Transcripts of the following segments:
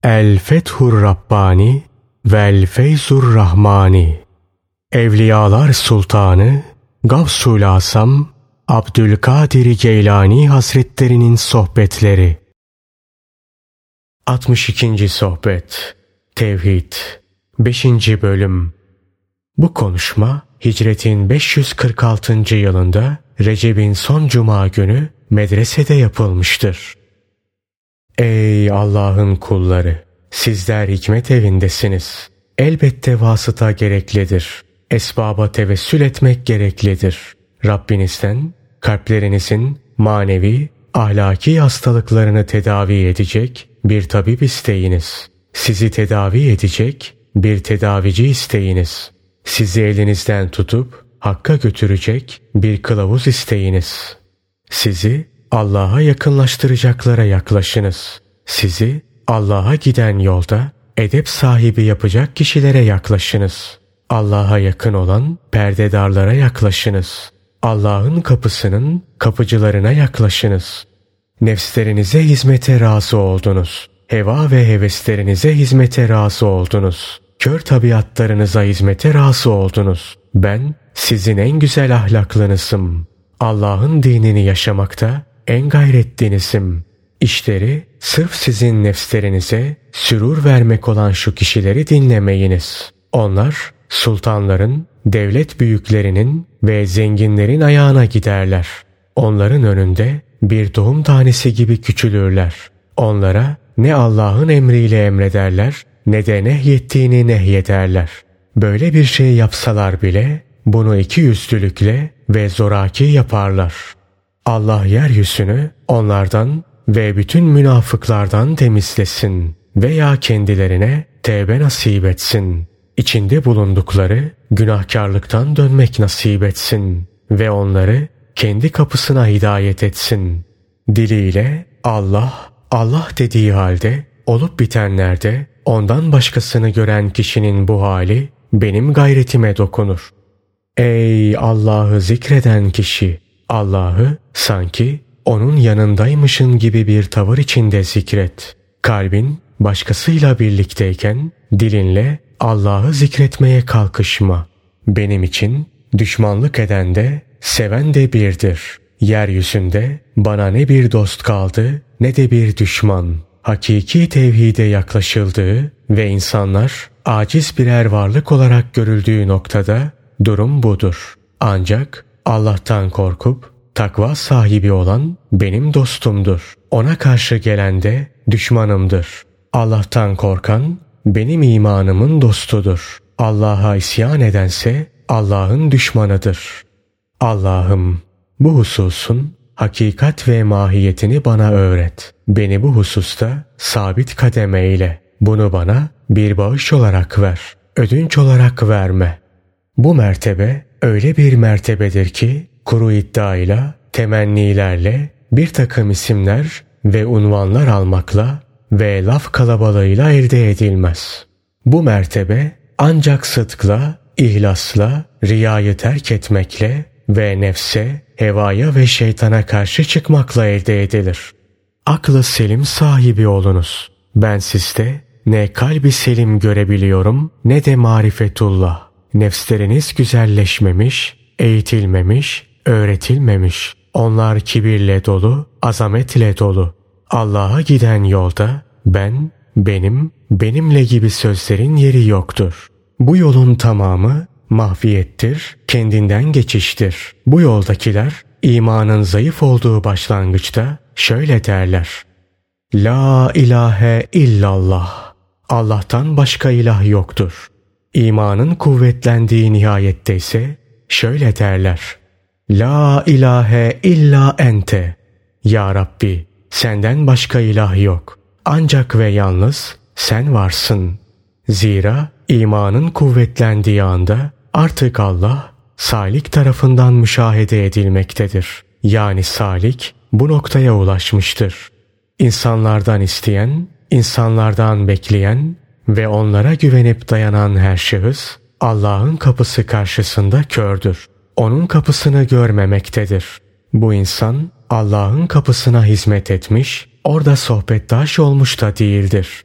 El Fethur Rabbani vel Feyzur Rahmani. Evliyalar Sultanı Gavsul Asam Abdülkadir Geylani Hazretlerinin sohbetleri. 62. sohbet Tevhid 5. bölüm. Bu konuşma Hicret'in 546. yılında Recep'in son cuma günü medresede yapılmıştır. Ey Allah'ın kulları! Sizler hikmet evindesiniz. Elbette vasıta gereklidir. Esbaba tevessül etmek gereklidir. Rabbinizden kalplerinizin manevi, ahlaki hastalıklarını tedavi edecek bir tabip isteyiniz. Sizi tedavi edecek bir tedavici isteyiniz. Sizi elinizden tutup Hakk'a götürecek bir kılavuz isteyiniz. Sizi Allah'a yakınlaştıracaklara yaklaşınız. Sizi Allah'a giden yolda edep sahibi yapacak kişilere yaklaşınız. Allah'a yakın olan perdedarlara yaklaşınız. Allah'ın kapısının kapıcılarına yaklaşınız. Nefslerinize hizmete razı oldunuz. Heva ve heveslerinize hizmete razı oldunuz. Kör tabiatlarınıza hizmete razı oldunuz. Ben sizin en güzel ahlaklınızım. Allah'ın dinini yaşamakta en gayretlinizim. İşleri sırf sizin nefslerinize sürur vermek olan şu kişileri dinlemeyiniz. Onlar sultanların, devlet büyüklerinin ve zenginlerin ayağına giderler. Onların önünde bir tohum tanesi gibi küçülürler. Onlara ne Allah'ın emriyle emrederler ne de nehyettiğini nehyederler. Böyle bir şey yapsalar bile bunu ikiyüzlülükle ve zoraki yaparlar. Allah yeryüzünü onlardan ve bütün münafıklardan temizlesin veya kendilerine tevbe nasip etsin. İçinde bulundukları günahkarlıktan dönmek nasip etsin ve onları kendi kapısına hidayet etsin. Diliyle Allah, Allah dediği halde olup bitenlerde ondan başkasını gören kişinin bu hali benim gayretime dokunur. Ey Allah'ı zikreden kişi! Allah'ı sanki onun yanındaymışın gibi bir tavır içinde zikret. Kalbin başkasıyla birlikteyken dilinle Allah'ı zikretmeye kalkışma. Benim için düşmanlık eden de seven de birdir. Yeryüzünde bana ne bir dost kaldı ne de bir düşman. Hakiki tevhide yaklaşıldığı ve insanlar aciz birer varlık olarak görüldüğü noktada durum budur. Ancak Allah'tan korkup takva sahibi olan benim dostumdur. Ona karşı gelen de düşmanımdır. Allah'tan korkan benim imanımın dostudur. Allah'a isyan edense Allah'ın düşmanıdır. Allah'ım bu hususun hakikat ve mahiyetini bana öğret. Beni bu hususta sabit kademe eyle. Bunu bana bir bağış olarak ver. Ödünç olarak verme. Bu mertebe öyle bir mertebedir ki kuru iddiayla, temennilerle, bir takım isimler ve unvanlar almakla ve laf kalabalığıyla elde edilmez. Bu mertebe ancak sıdkla, ihlasla, riyayı terk etmekle ve nefse, hevaya ve şeytana karşı çıkmakla elde edilir. Aklı selim sahibi olunuz. Ben sizde ne kalbi selim görebiliyorum ne de marifetullah. Nefsleriniz güzelleşmemiş, eğitilmemiş, öğretilmemiş. Onlar kibirle dolu, azametle dolu. Allah'a giden yolda ben, benim, benimle gibi sözlerin yeri yoktur. Bu yolun tamamı mahfiyettir, kendinden geçiştir. Bu yoldakiler imanın zayıf olduğu başlangıçta şöyle derler. La ilahe illallah. Allah'tan başka ilah yoktur. İmanın kuvvetlendiği nihayette ise şöyle derler. La ilahe illa ente. Ya Rabbi, senden başka ilah yok. Ancak ve yalnız sen varsın. Zira imanın kuvvetlendiği anda artık Allah salik tarafından müşahede edilmektedir. Yani salik bu noktaya ulaşmıştır. İnsanlardan isteyen, insanlardan bekleyen ve onlara güvenip dayanan her şahıs Allah'ın kapısı karşısında kördür. Onun kapısını görmemektedir. Bu insan Allah'ın kapısına hizmet etmiş, orada sohbettaş olmuş da değildir.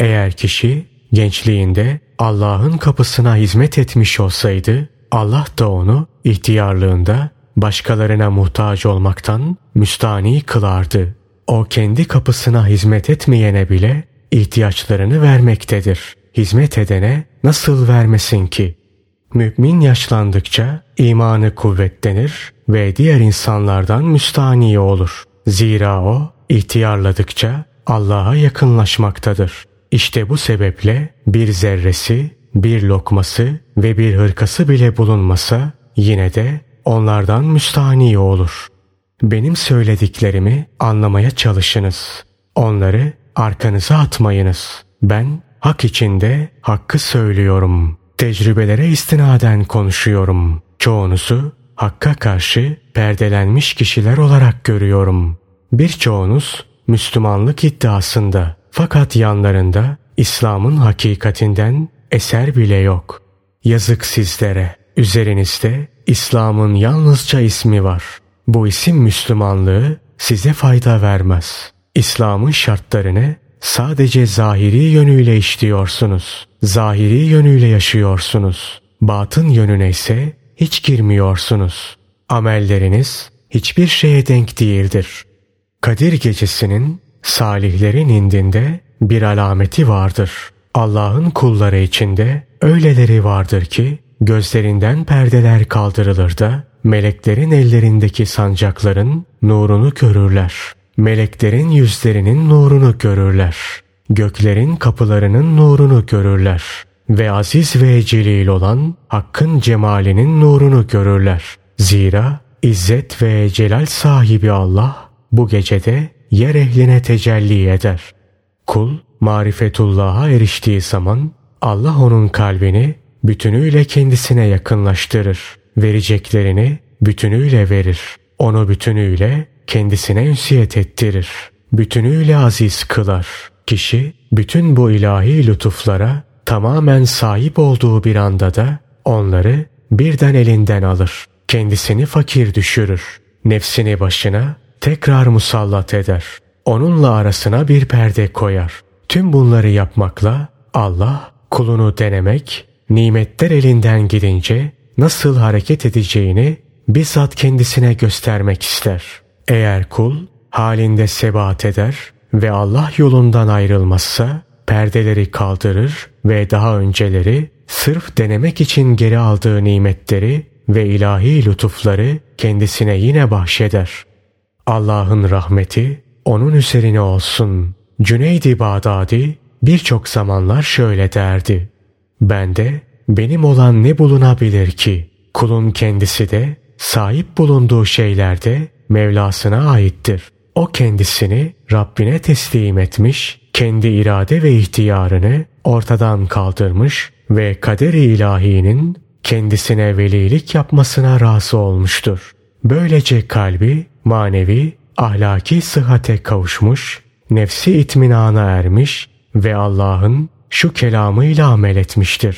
Eğer kişi gençliğinde Allah'ın kapısına hizmet etmiş olsaydı, Allah da onu ihtiyarlığında başkalarına muhtaç olmaktan müstani kılardı. O kendi kapısına hizmet etmeyene bile ihtiyaçlarını vermektedir. Hizmet edene nasıl vermesin ki? Mümin yaşlandıkça imanı kuvvetlenir ve diğer insanlardan müstani olur. Zira o ihtiyarladıkça Allah'a yakınlaşmaktadır. İşte bu sebeple bir zerresi, bir lokması ve bir hırkası bile bulunmasa yine de onlardan müstani olur. Benim söylediklerimi anlamaya çalışınız. Onları arkanıza atmayınız. Ben hak içinde hakkı söylüyorum. Tecrübelere istinaden konuşuyorum. Çoğunuzu hakka karşı perdelenmiş kişiler olarak görüyorum. Birçoğunuz Müslümanlık iddiasında, fakat yanlarında İslam'ın hakikatinden eser bile yok. Yazık sizlere. Üzerinizde İslam'ın yalnızca ismi var. Bu isim Müslümanlığı size fayda vermez. İslam'ın şartlarını sadece zahiri yönüyle işliyorsunuz. Zahiri yönüyle yaşıyorsunuz. Batın yönüne ise hiç girmiyorsunuz. Amelleriniz hiçbir şeye denk değildir. Kadir gecesinin salihlerin indinde bir alameti vardır. Allah'ın kulları içinde öyleleri vardır ki gözlerinden perdeler kaldırılır da meleklerin ellerindeki sancakların nurunu görürler. Meleklerin yüzlerinin nurunu görürler. Göklerin kapılarının nurunu görürler. Ve aziz ve celil olan Hakk'ın cemalinin nurunu görürler. Zira İzzet ve celal sahibi Allah bu gecede yer ehline tecelli eder. Kul marifetullah'a eriştiği zaman Allah onun kalbini bütünüyle kendisine yakınlaştırır. Vereceklerini bütünüyle verir. Onu bütünüyle kendisine ünsiyet ettirir. Bütünüyle aziz kılar. Kişi bütün bu ilahi lütuflara tamamen sahip olduğu bir anda da onları birden elinden alır. Kendisini fakir düşürür. Nefsini başına tekrar musallat eder. Onunla arasına bir perde koyar. Tüm bunları yapmakla Allah kulunu denemek, nimetler elinden gidince nasıl hareket edeceğini bizzat kendisine göstermek ister. Eğer kul halinde sebat eder ve Allah yolundan ayrılmazsa perdeleri kaldırır ve daha önceleri sırf denemek için geri aldığı nimetleri ve ilahi lütufları kendisine yine bahşeder. Allah'ın rahmeti onun üzerine olsun. Cüneyd-i Bağdadi birçok zamanlar şöyle derdi: bende benim olan ne bulunabilir ki? Kulun kendisi de sahip bulunduğu şeylerde Mevlasına aittir. O kendisini Rabbine teslim etmiş, kendi irade ve ihtiyarını ortadan kaldırmış ve kader-i ilahinin kendisine velilik yapmasına razı olmuştur. Böylece kalbi manevi, ahlaki sıhhate kavuşmuş, nefsi itminana ermiş ve Allah'ın şu kelamıyla amel etmiştir: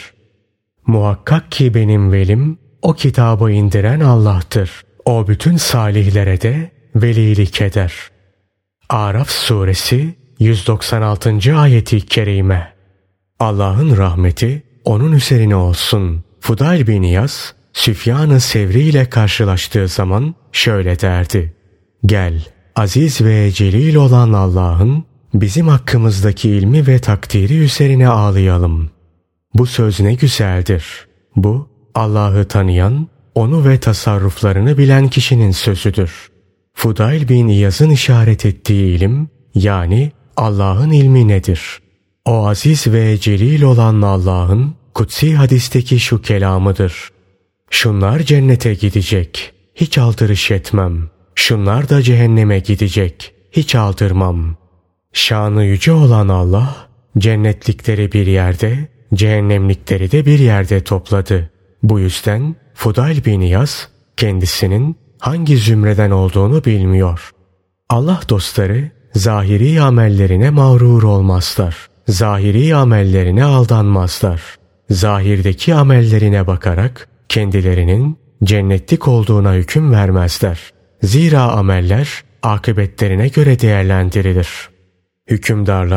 muhakkak ki benim velim o kitabı indiren Allah'tır. O bütün salihlere de velilik eder. Araf suresi 196. ayeti kerime. Allah'ın rahmeti onun üzerine olsun. Fudayl bin İyaz Süfyan-ı Sevri ile karşılaştığı zaman şöyle derdi: gel, aziz ve celil olan Allah'ın bizim hakkımızdaki ilmi ve takdiri üzerine ağlayalım. Bu söz ne güzeldir. Bu Allah'ı tanıyan, onu ve tasarruflarını bilen kişinin sözüdür. Fudayl bin İyaz'ın işaret ettiği ilim, yani Allah'ın ilmi nedir? O aziz ve celil olan Allah'ın kutsi hadisteki şu kelamıdır: şunlar cennete gidecek, hiç aldırış etmem. Şunlar da cehenneme gidecek, hiç aldırmam. Şanı yüce olan Allah, cennetlikleri bir yerde, cehennemlikleri de bir yerde topladı. Bu yüzden Fudayl bin İyaz kendisinin hangi zümreden olduğunu bilmiyor. Allah dostları zahiri amellerine mağrur olmazlar. Zahiri amellerine aldanmazlar. Zahirdeki amellerine bakarak kendilerinin cennetlik olduğuna hüküm vermezler. Zira ameller akıbetlerine göre değerlendirilir. Hükümdarlar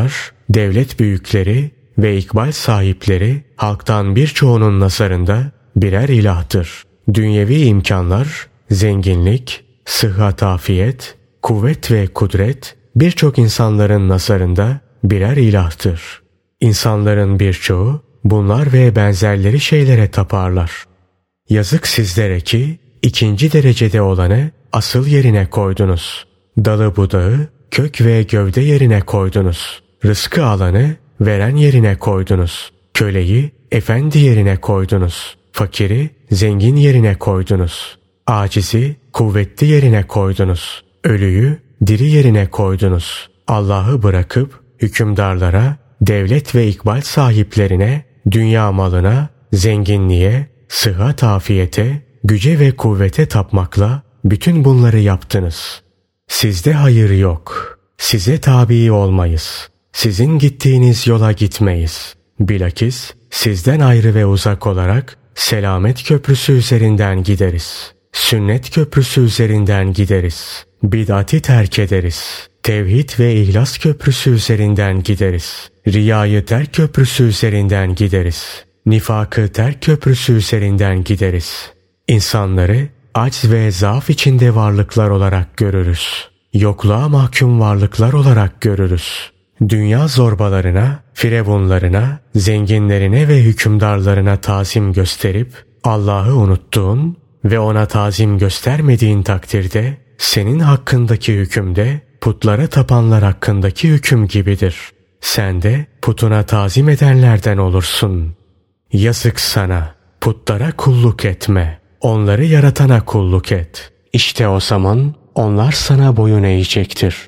devlet büyükleri ve ikbal sahipleri halktan birçoğunun nazarında birer ilahtır. Dünyevi imkanlar, zenginlik, sıhhat afiyet, kuvvet ve kudret birçok insanların nazarında birer ilahtır. İnsanların birçoğu bunlar ve benzerleri şeylere taparlar. Yazık sizlere ki ikinci derecede olanı asıl yerine koydunuz. Dalı budağı, kök ve gövde yerine koydunuz. Rızkı alanı veren yerine koydunuz. Köleyi efendi yerine koydunuz. Fakiri zengin yerine koydunuz. Acizi kuvvetli yerine koydunuz. Ölüyü diri yerine koydunuz. Allah'ı bırakıp hükümdarlara, devlet ve ikbal sahiplerine, dünya malına, zenginliğe, sıhhat afiyete, güce ve kuvvete tapmakla bütün bunları yaptınız. Sizde hayır yok. Size tabi olmayız. Sizin gittiğiniz yola gitmeyiz. Bilakis sizden ayrı ve uzak olarak selamet köprüsü üzerinden gideriz. Sünnet köprüsü üzerinden gideriz. Bid'ati terk ederiz. Tevhid ve ihlas köprüsü üzerinden gideriz. Riyayı terk köprüsü üzerinden gideriz. Nifakı terk köprüsü üzerinden gideriz. İnsanları acz ve zaaf içinde varlıklar olarak görürüz. Yokluğa mahkum varlıklar olarak görürüz. Dünya zorbalarına, firavunlarına, zenginlerine ve hükümdarlarına tazim gösterip Allah'ı unuttuğun ve ona tazim göstermediğin takdirde senin hakkındaki hüküm de putlara tapanlar hakkındaki hüküm gibidir. Sen de putuna tazim edenlerden olursun. Yazık sana, putlara kulluk etme. Onları yaratana kulluk et. İşte o zaman onlar sana boyun eğecektir.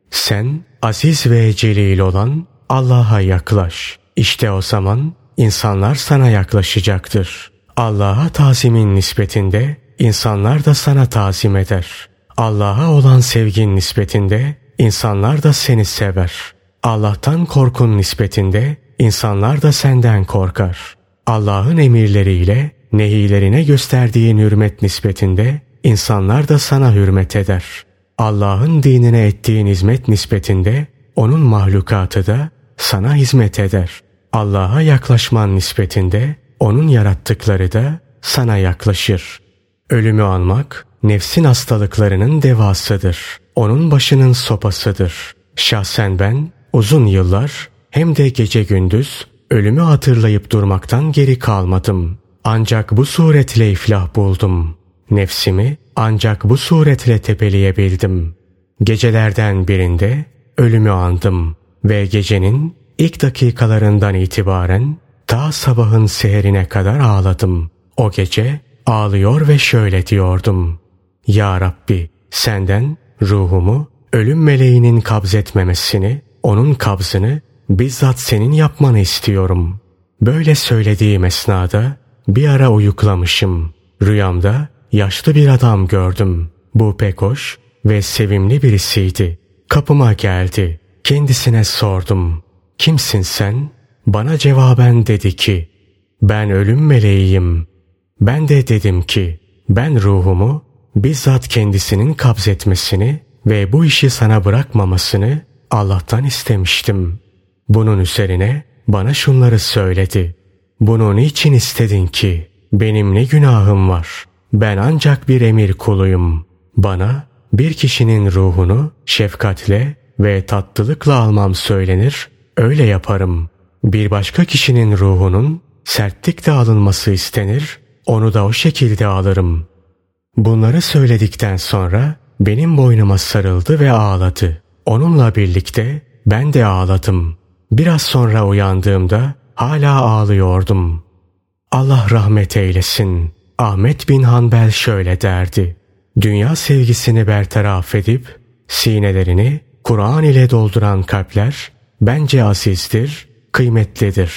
Sen aziz ve celil olan Allah'a yaklaş. İşte o zaman insanlar sana yaklaşacaktır. Allah'a tazimin nispetinde insanlar da sana tazim eder. Allah'a olan sevgin nispetinde insanlar da seni sever. Allah'tan korkun nispetinde insanlar da senden korkar. Allah'ın emirleriyle nehilerine gösterdiğin hürmet nispetinde insanlar da sana hürmet eder. Allah'ın dinine ettiğin hizmet nispetinde onun mahlukatı da sana hizmet eder. Allah'a yaklaşman nispetinde onun yarattıkları da sana yaklaşır. Ölümü anmak nefsin hastalıklarının devasıdır. Onun başının sopasıdır. Şahsen ben uzun yıllar hem de gece gündüz ölümü hatırlayıp durmaktan geri kalmadım. Ancak bu suretle iflah buldum. Nefsimi ancak bu suretle tepeleyebildim. Gecelerden birinde ölümü andım ve gecenin ilk dakikalarından itibaren ta sabahın seherine kadar ağladım. O gece ağlıyor ve şöyle diyordum: Ya Rabbi, senden ruhumu ölüm meleğinin kabzetmemesini, onun kabzını bizzat senin yapmanı istiyorum. Böyle söylediğim esnada bir ara uyuklamışım. Rüyamda yaşlı bir adam gördüm. Bu pek hoş ve sevimli birisiydi. Kapıma geldi. Kendisine sordum: Kimsin sen? Bana cevaben dedi ki: Ben ölüm meleğiyim. Ben de dedim ki: Ben ruhumu bizzat kendisinin kabzetmesini ve bu işi sana bırakmamasını Allah'tan istemiştim. Bunun üzerine bana şunları söyledi: Bunu niçin istedin ki? Benim ne günahım var? Ben ancak bir emir kuluyum. Bana bir kişinin ruhunu şefkatle ve tatlılıkla almam söylenir, öyle yaparım. Bir başka kişinin ruhunun sertlikle alınması istenir, onu da o şekilde alırım. Bunları söyledikten sonra benim boynuma sarıldı ve ağladı. Onunla birlikte ben de ağladım. Biraz sonra uyandığımda hala ağlıyordum. Allah rahmet eylesin. Ahmet bin Hanbel şöyle derdi: Dünya sevgisini bertaraf edip sinelerini Kur'an ile dolduran kalpler bence azizdir, kıymetlidir.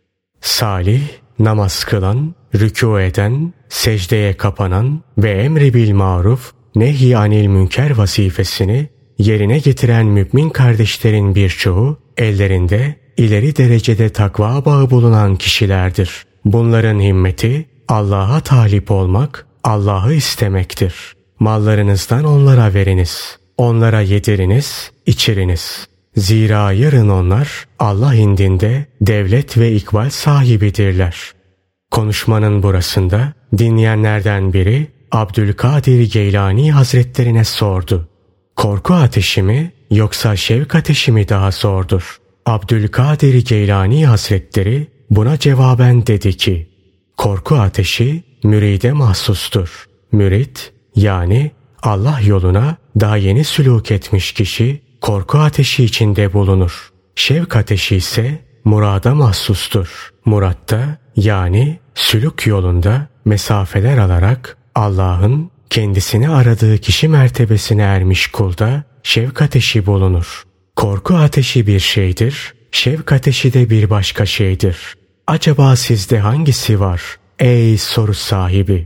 Salih, namaz kılan, rükû eden, secdeye kapanan ve emri bil maruf, nehy anil münker vazifesini yerine getiren mümin kardeşlerin birçoğu ellerinde ileri derecede takva bağı bulunan kişilerdir. Bunların himmeti Allah'a talip olmak, Allah'ı istemektir. Mallarınızdan onlara veriniz. Onlara yediriniz, içiriniz. Zira yarın onlar Allah indinde devlet ve ikbal sahibidirler. Konuşmanın burasında dinleyenlerden biri Abdülkadir Geylani Hazretlerine sordu. Korku ateşi mi yoksa şevk ateşi mi daha zordur? Abdülkadir Geylani Hazretleri buna cevaben dedi ki, korku ateşi müride mahsustur. Mürit yani Allah yoluna daha yeni sülûk etmiş kişi korku ateşi içinde bulunur. Şevk ateşi ise murada mahsustur. Muratta yani sülûk yolunda mesafeler alarak Allah'ın kendisini aradığı kişi mertebesine ermiş kulda şevk ateşi bulunur. Korku ateşi bir şeydir, şevk ateşi de bir başka şeydir. Acaba sizde hangisi var ey soru sahibi?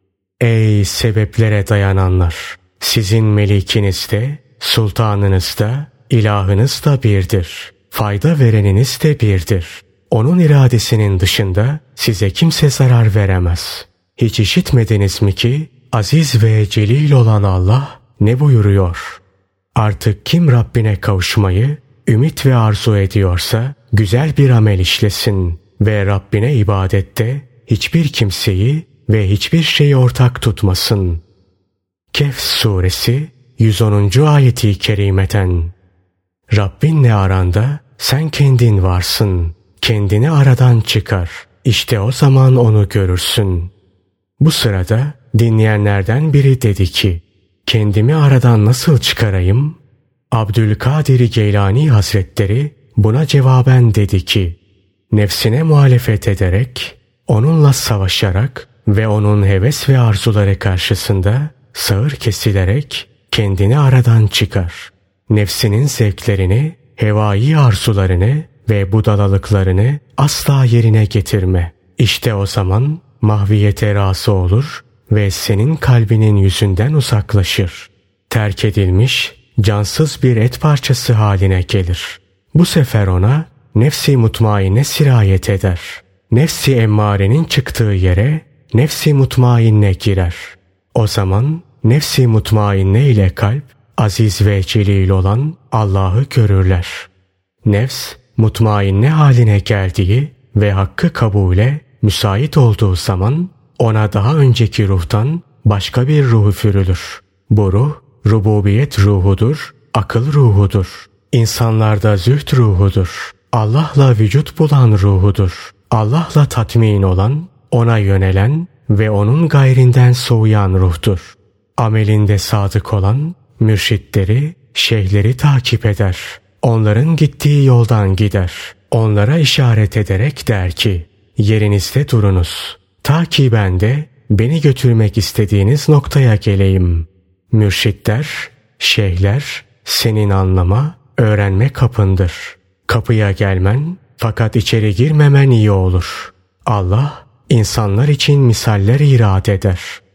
Ey sebeplere dayananlar! Sizin melikiniz de, sultanınız da, ilahınız da birdir. Fayda vereniniz de birdir. Onun iradesinin dışında size kimse zarar veremez. Hiç işitmediniz mi ki aziz ve celil olan Allah ne buyuruyor? Artık kim Rabbine kavuşmayı ümit ve arzu ediyorsa güzel bir amel işlesin ve Rabbine ibadette hiçbir kimseyi ve hiçbir şeyi ortak tutmasın. Kehf suresi 110. ayeti kerimeten. Rabbinle aranda sen kendin varsın. Kendini aradan çıkar. İşte o zaman onu görürsün. Bu sırada dinleyenlerden biri dedi ki, kendimi aradan nasıl çıkarayım? Abdülkadir Geylani Hazretleri buna cevaben dedi ki, nefsine muhalefet ederek, onunla savaşarak ve onun heves ve arzuları karşısında sağır kesilerek kendini aradan çıkar. Nefsinin zevklerini, hevai arzularını ve budalalıklarını asla yerine getirme. İşte o zaman mahviyete razı olur ve senin kalbinin yüzünden uzaklaşır. Terk edilmiş, cansız bir et parçası haline gelir. Bu sefer ona nefsi mutmainne sirayet eder. Nefsi emmarenin çıktığı yere nefsi mutmainne girer. O zaman nefsi mutmainne ile kalp aziz ve celil olan Allah'ı görürler. Nefs mutmainne haline geldiği ve hakkı kabule müsait olduğu zaman ona daha önceki ruhtan başka bir ruh üfürülür. Bu ruh rububiyet ruhudur, akıl ruhudur. İnsanlarda zühd ruhudur. Allah'la vücut bulan ruhudur. Allah'la tatmin olan, ona yönelen ve onun gayrinden soğuyan ruhtur. Amelinde sadık olan mürşitleri, şeyhleri takip eder. Onların gittiği yoldan gider. Onlara işaret ederek der ki, yerinizde durunuz. Ta ki ben de beni götürmek istediğiniz noktaya geleyim. Mürşitler, şeyhler senin anlama, öğrenme kapındır. Kapıya gelmen fakat içeri girmemen iyi olur. Allah insanlar için misaller irad eder.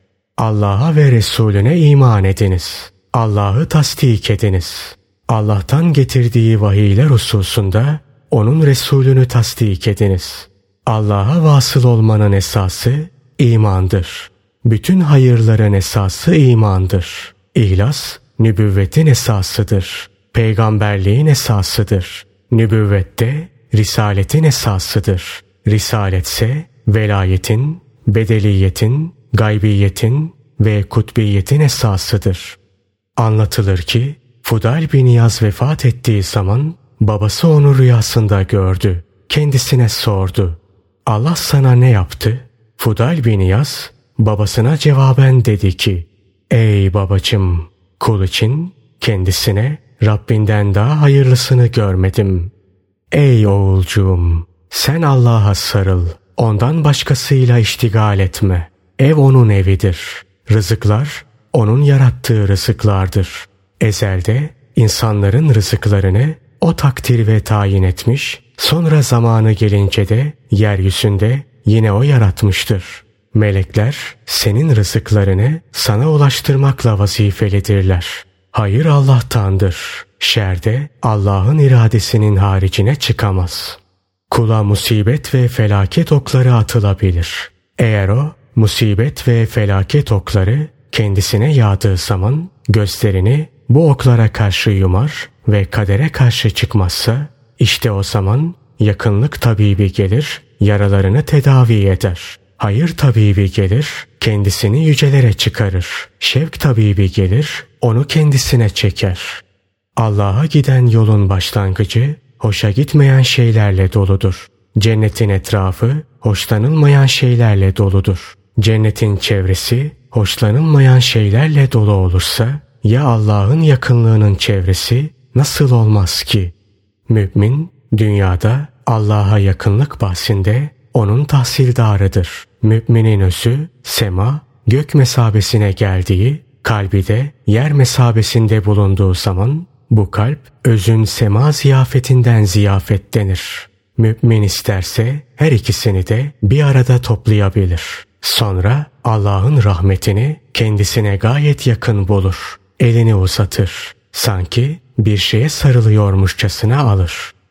Allah'a ve Resulüne iman ediniz. Allah'ı tasdik ediniz. Allah'tan getirdiği vahiyler hususunda onun Resulünü tasdik ediniz. Allah'a vasıl olmanın esası imandır. Bütün hayırların esası imandır. İhlas, nübüvvetin esasıdır. Peygamberliğin esasıdır. Nübüvvette risaletin esasıdır. Risaletse velayetin, bedeliyetin, gaybiyetin ve kutbiyetin esasıdır. Anlatılır ki Fudayl bin İyaz vefat ettiği zaman babası onu rüyasında gördü. Kendisine sordu. Allah sana ne yaptı? Fudayl bin İyaz babasına cevaben dedi ki, ey babacığım, kul için kendisine Rabbinden daha hayırlısını görmedim. Ey oğulcuğum, sen Allah'a sarıl, ondan başkasıyla iştigal etme. Ev onun evidir. Rızıklar onun yarattığı rızıklardır. Ezelde insanların rızıklarını o takdir ve tayin etmiş, sonra zamanı gelince de yeryüzünde yine o yaratmıştır. Melekler senin rızıklarını sana ulaştırmakla vazifelidirler. Hayır Allah'tandır. Şer de Allah'ın iradesinin haricine çıkamaz. Kula musibet ve felaket okları atılabilir. Eğer o musibet ve felaket okları kendisine yağdığı zaman gözlerini bu oklara karşı yumar ve kadere karşı çıkmazsa, işte o zaman yakınlık tabibi gelir, yaralarını tedavi eder. Hayır tabibi gelir, kendisini yücelere çıkarır. Şevk tabibi gelir, onu kendisine çeker. Allah'a giden yolun başlangıcı, hoşa gitmeyen şeylerle doludur. Cennetin etrafı, hoşlanılmayan şeylerle doludur. Cennetin çevresi, hoşlanılmayan şeylerle dolu olursa, ya Allah'ın yakınlığının çevresi nasıl olmaz ki? Mümin, dünyada Allah'a yakınlık bahsinde onun tahsildarıdır. Müminin özü, sema, gök mesabesine geldiği, kalbi de yer mesabesinde bulunduğu zaman, bu kalp özün sema ziyafetinden ziyafet denir. Mümin isterse her ikisini de bir arada toplayabilir. Sonra Allah'ın rahmetini kendisine gayet yakın bulur. Elini uzatır. Sanki bir şeye sarılıyormuşçasına alır.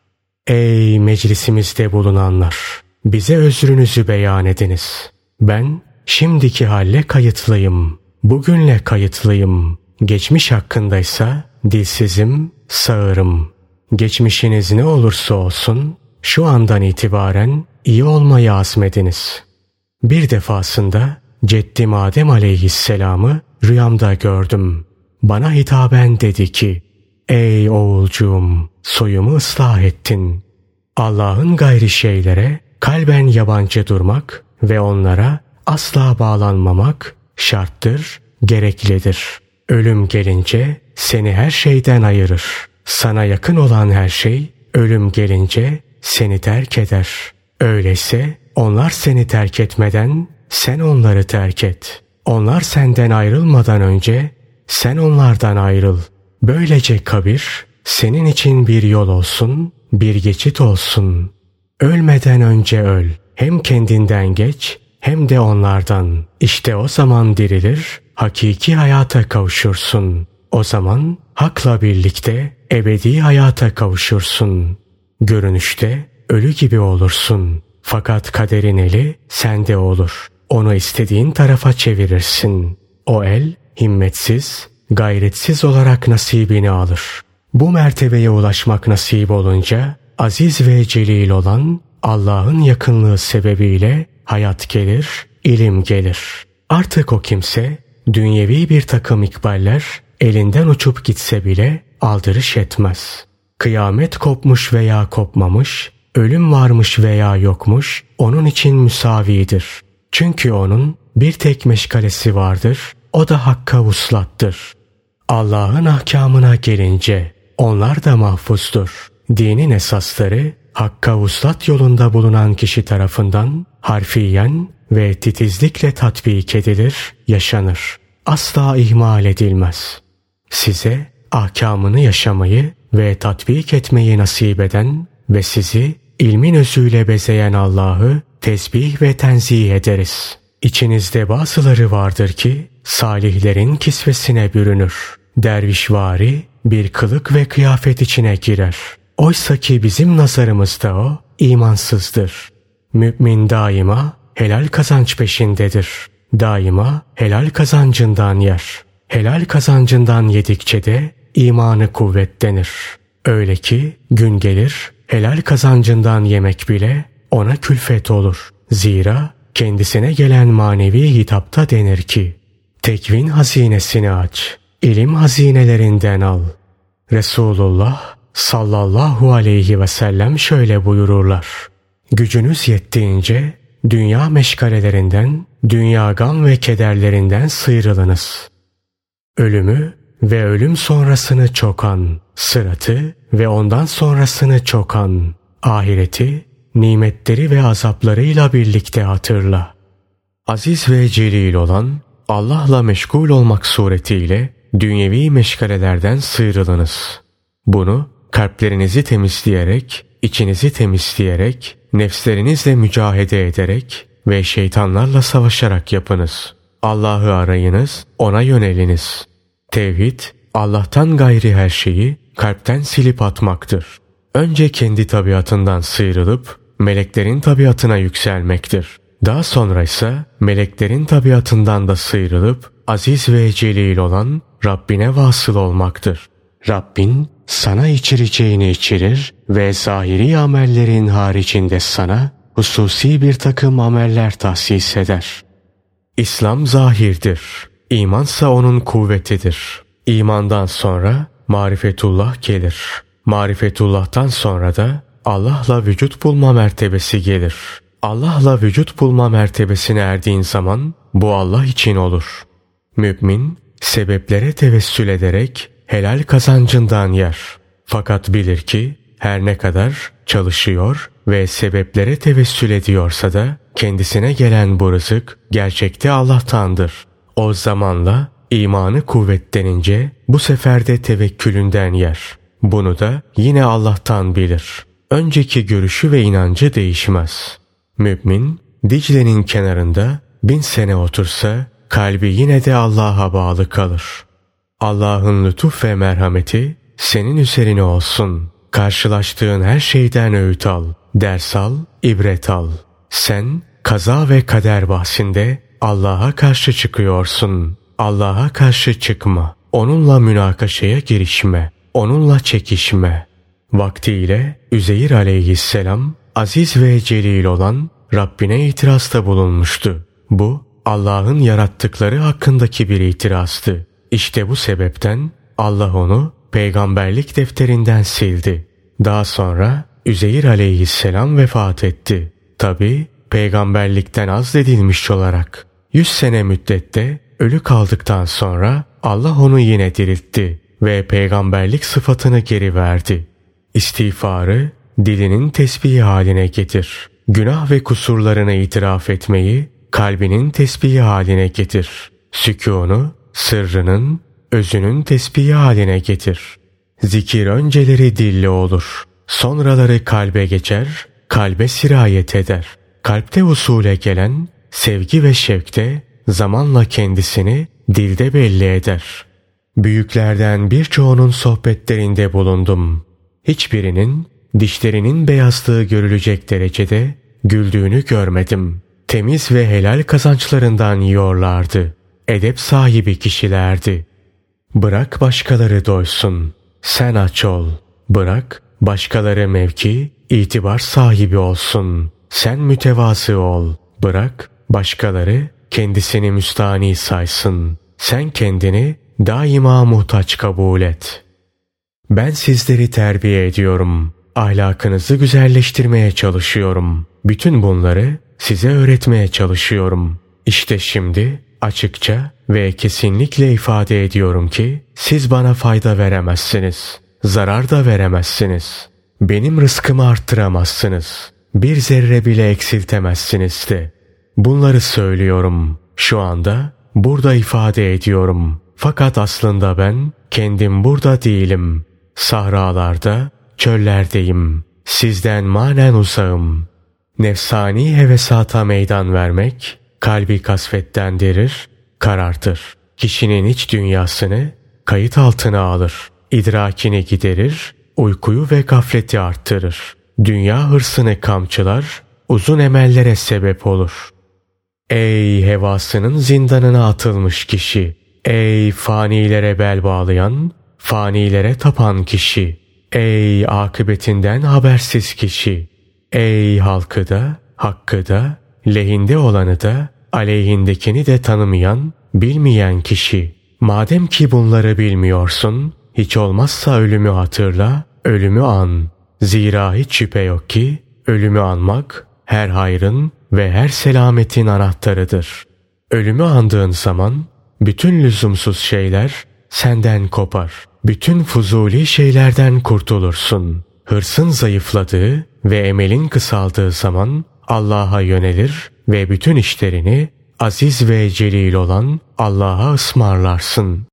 Ey meclisimizde bulunanlar! Bize özrünüzü beyan ediniz. Ben şimdiki halle kayıtlıyım. Bugünle kayıtlıyım. Geçmiş hakkındaysa dilsizim, sağırım. Geçmişiniz ne olursa olsun şu andan itibaren iyi olmayı azmediniz. Bir defasında Ceddim Adem aleyhisselamı rüyamda gördüm. Bana hitaben dedi ki, ey oğulcuğum, soyumu ıslah ettin. Allah'ın gayri şeylere kalben yabancı durmak ve onlara asla bağlanmamak şarttır, gereklidir. Ölüm gelince seni her şeyden ayırır. Sana yakın olan her şey ölüm gelince seni terk eder. Öyleyse onlar seni terk etmeden sen onları terk et. Onlar senden ayrılmadan önce sen onlardan ayrıl. Böylece kabir senin için bir yol olsun, bir geçit olsun. Ölmeden önce öl. Hem kendinden geç hem de onlardan. İşte o zaman dirilir, hakiki hayata kavuşursun. O zaman hakla birlikte ebedi hayata kavuşursun. Görünüşte ölü gibi olursun. Fakat kaderin eli sende olur. Onu istediğin tarafa çevirirsin. O el himmetsiz, gayretsiz olarak nasibini alır. Bu mertebeye ulaşmak nasip olunca aziz ve celil olan Allah'ın yakınlığı sebebiyle hayat gelir, ilim gelir. Artık o kimse dünyevi bir takım ikballer elinden uçup gitse bile aldırış etmez. Kıyamet kopmuş veya kopmamış, ölüm varmış veya yokmuş onun için müsavidir. Çünkü onun bir tek meşgalesi vardır, o da hakka vuslattır. Allah'ın ahkamına gelince onlar da mahfuzdur. Dinin esasları hakka vuslat yolunda bulunan kişi tarafından harfiyen ve titizlikle tatbik edilir, yaşanır. Asla ihmal edilmez. Size ahkamını yaşamayı ve tatbik etmeyi nasip eden ve sizi ilmin özüyle bezeyen Allah'ı tesbih ve tenzih ederiz. İçinizde bazıları vardır ki salihlerin kisvesine bürünür. Dervişvari bir kılık ve kıyafet içine girer. Oysa ki bizim nazarımızda o imansızdır. Mümin daima helal kazanç peşindedir. Daima helal kazancından yer. Helal kazancından yedikçe de imanı kuvvetlenir. Öyle ki gün gelir helal kazancından yemek bile ona külfet olur. Zira kendisine gelen manevi hitapta denir ki, tekvin hazinesini aç, ilim hazinelerinden al. Resulullah sallallahu aleyhi ve sellem şöyle buyururlar. Gücünüz yettiğince dünya meşgalelerinden, dünya gam ve kederlerinden sıyrılınız. Ölümü ve ölüm sonrasını çok an, sıratı ve ondan sonrasını çok an, ahireti, nimetleri ve azaplarıyla birlikte hatırla. Aziz ve celil olan Allah'la meşgul olmak suretiyle dünyevi meşgalelerden sıyrılınız. Bunu kalplerinizi temizleyerek, içinizi temizleyerek, nefslerinizle mücahede ederek ve şeytanlarla savaşarak yapınız. Allah'ı arayınız, ona yöneliniz. Tevhid, Allah'tan gayri her şeyi kalpten silip atmaktır. Önce kendi tabiatından sıyrılıp meleklerin tabiatına yükselmektir. Daha sonra ise meleklerin tabiatından da sıyrılıp aziz ve celil olan Rabbine vasıl olmaktır. Rabbin sana içireceğini içirir ve zahiri amellerin haricinde sana hususi bir takım ameller tahsis eder. İslam zahirdir. İmansa onun kuvvetidir. İmandan sonra marifetullah gelir. Marifetullah'tan sonra da Allah'la vücut bulma mertebesi gelir. Allah'la vücut bulma mertebesine erdiğin zaman bu Allah için olur. Mümin sebeplere tevessül ederek helal kazancından yer. Fakat bilir ki her ne kadar çalışıyor ve sebeplere tevessül ediyorsa da kendisine gelen bu rızık gerçekte Allah'tandır. O zamanla imanı kuvvetlenince bu sefer de tevekkülünden yer. Bunu da yine Allah'tan bilir. Önceki görüşü ve inancı değişmez. Mümin Dicle'nin kenarında 1000 sene otursa kalbi yine de Allah'a bağlı kalır. Allah'ın lütuf ve merhameti senin üzerine olsun. Karşılaştığın her şeyden öğüt al, ders al, ibret al. Sen kaza ve kader bahsinde Allah'a karşı çıkıyorsun. Allah'a karşı çıkma. Onunla münakaşaya girişme. Onunla çekişme. Vaktiyle Üzeyir aleyhisselam aziz ve celil olan Rabbine itirazda bulunmuştu. Bu Allah'ın yarattıkları hakkındaki bir itirazdı. İşte bu sebepten Allah onu peygamberlik defterinden sildi. Daha sonra Üzeyir aleyhisselam vefat etti. Tabi peygamberlikten azledilmiş olarak. 100 sene müddette ölü kaldıktan sonra Allah onu yine diriltti ve peygamberlik sıfatını geri verdi. İstiğfarı dilinin tesbihi haline getir. Günah ve kusurlarını itiraf etmeyi kalbinin tesbihi haline getir. Sükûnu sırrının, özünün tesbihi haline getir. Zikir önceleri dille olur. Sonraları kalbe geçer, kalbe sirayet eder. Kalpte usule gelen sevgi ve şevkte zamanla kendisini dilde belli eder. Büyüklerden birçoğunun sohbetlerinde bulundum. Hiçbirinin dişlerinin beyazlığı görülecek derecede güldüğünü görmedim. Temiz ve helal kazançlarından yiyorlardı. Edep sahibi kişilerdi. Bırak başkaları doysun, sen aç ol. Bırak başkaları mevki, itibar sahibi olsun, sen mütevazı ol. Bırak başkaları kendisini müstahni saysın, sen kendini daima muhtaç kabul et. Ben sizleri terbiye ediyorum. Ahlakınızı güzelleştirmeye çalışıyorum. Bütün bunları size öğretmeye çalışıyorum. İşte şimdi açıkça ve kesinlikle ifade ediyorum ki siz bana fayda veremezsiniz. Zarar da veremezsiniz. Benim rızkımı arttıramazsınız. Bir zerre bile eksiltemezsiniz de. Bunları söylüyorum. Şu anda burada ifade ediyorum. Fakat aslında ben kendim burada değilim. Sahralarda, çöllerdeyim. Sizden manen uzağım. Nefsani hevesata meydan vermek, kalbi kasvetlendirir, karartır. Kişinin iç dünyasını kayıt altına alır. İdrakini giderir, uykuyu ve gafleti arttırır. Dünya hırsını kamçılar, uzun emellere sebep olur. Ey hevasının zindanına atılmış kişi! Ey fanilere bel bağlayan, fanilere tapan kişi! Ey akıbetinden habersiz kişi! Ey halkı da, hakkı da, lehinde olanı da, aleyhindekini de tanımayan, bilmeyen kişi! Madem ki bunları bilmiyorsun, hiç olmazsa ölümü hatırla, ölümü an. Zira hiç şüphe yok ki, ölümü anmak, her hayrın ve her selametin anahtarıdır. Ölümü andığın zaman, bütün lüzumsuz şeyler senden kopar. Bütün fuzuli şeylerden kurtulursun. Hırsın zayıfladığı ve emelin kısaldığı zaman Allah'a yönelir ve bütün işlerini aziz ve celil olan Allah'a ısmarlarsın.